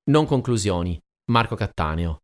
Non conclusioni. Marco Cattaneo.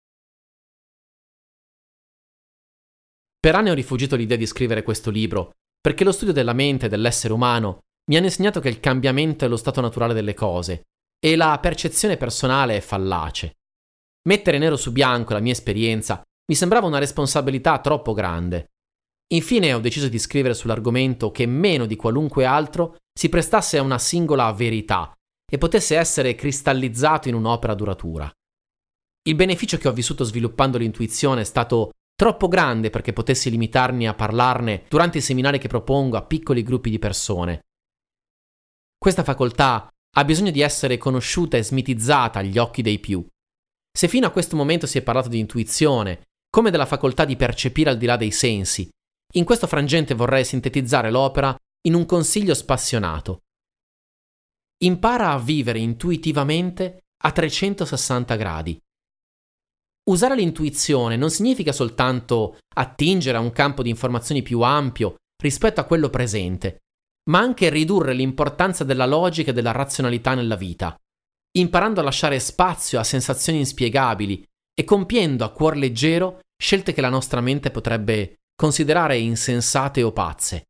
Per anni ho rifuggito l'idea di scrivere questo libro, perché lo studio della mente e dell'essere umano mi hanno insegnato che il cambiamento è lo stato naturale delle cose e la percezione personale è fallace. Mettere nero su bianco la mia esperienza mi sembrava una responsabilità troppo grande. Infine ho deciso di scrivere sull'argomento che meno di qualunque altro si prestasse a una singola verità e potesse essere cristallizzato in un'opera duratura. Il beneficio che ho vissuto sviluppando l'intuizione è stato troppo grande perché potessi limitarmi a parlarne durante i seminari che propongo a piccoli gruppi di persone. Questa facoltà ha bisogno di essere conosciuta e smitizzata agli occhi dei più. Se fino a questo momento si è parlato di intuizione, come della facoltà di percepire al di là dei sensi, in questo frangente vorrei sintetizzare l'opera in un consiglio spassionato. Impara a vivere intuitivamente a 360 gradi. Usare l'intuizione non significa soltanto attingere a un campo di informazioni più ampio rispetto a quello presente, ma anche ridurre l'importanza della logica e della razionalità nella vita, imparando a lasciare spazio a sensazioni inspiegabili e compiendo a cuor leggero scelte che la nostra mente potrebbe considerare insensate o pazze.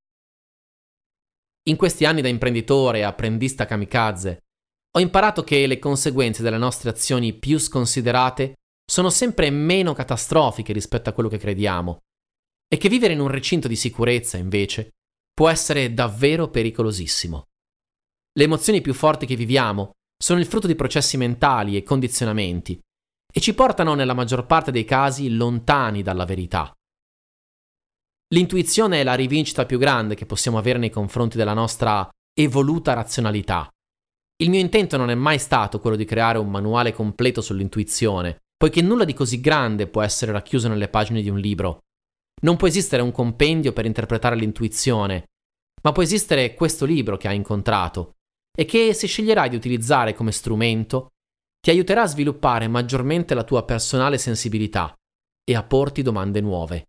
In questi anni da imprenditore e apprendista kamikaze, ho imparato che le conseguenze delle nostre azioni più sconsiderate sono sempre meno catastrofiche rispetto a quello che crediamo, e che vivere in un recinto di sicurezza, invece, può essere davvero pericolosissimo. Le emozioni più forti che viviamo sono il frutto di processi mentali e condizionamenti, e ci portano nella maggior parte dei casi lontani dalla verità. L'intuizione è la rivincita più grande che possiamo avere nei confronti della nostra evoluta razionalità. Il mio intento non è mai stato quello di creare un manuale completo sull'intuizione, poiché nulla di così grande può essere racchiuso nelle pagine di un libro. Non può esistere un compendio per interpretare l'intuizione, ma può esistere questo libro che hai incontrato e che, se sceglierai di utilizzare come strumento, ti aiuterà a sviluppare maggiormente la tua personale sensibilità e a porti domande nuove.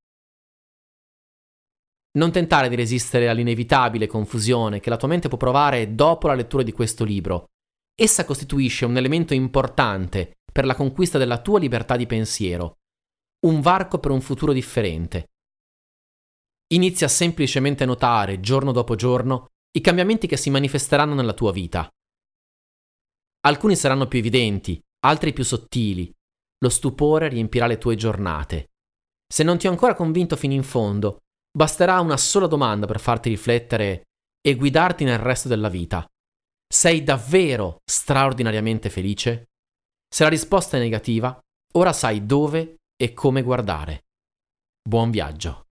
Non tentare di resistere all'inevitabile confusione che la tua mente può provare dopo la lettura di questo libro. Essa costituisce un elemento importante per la conquista della tua libertà di pensiero, un varco per un futuro differente. Inizia semplicemente a notare, giorno dopo giorno, i cambiamenti che si manifesteranno nella tua vita. Alcuni saranno più evidenti, altri più sottili. Lo stupore riempirà le tue giornate. Se non ti ho ancora convinto fino in fondo, basterà una sola domanda per farti riflettere e guidarti nel resto della vita. Sei davvero straordinariamente felice? Se la risposta è negativa, ora sai dove e come guardare. Buon viaggio.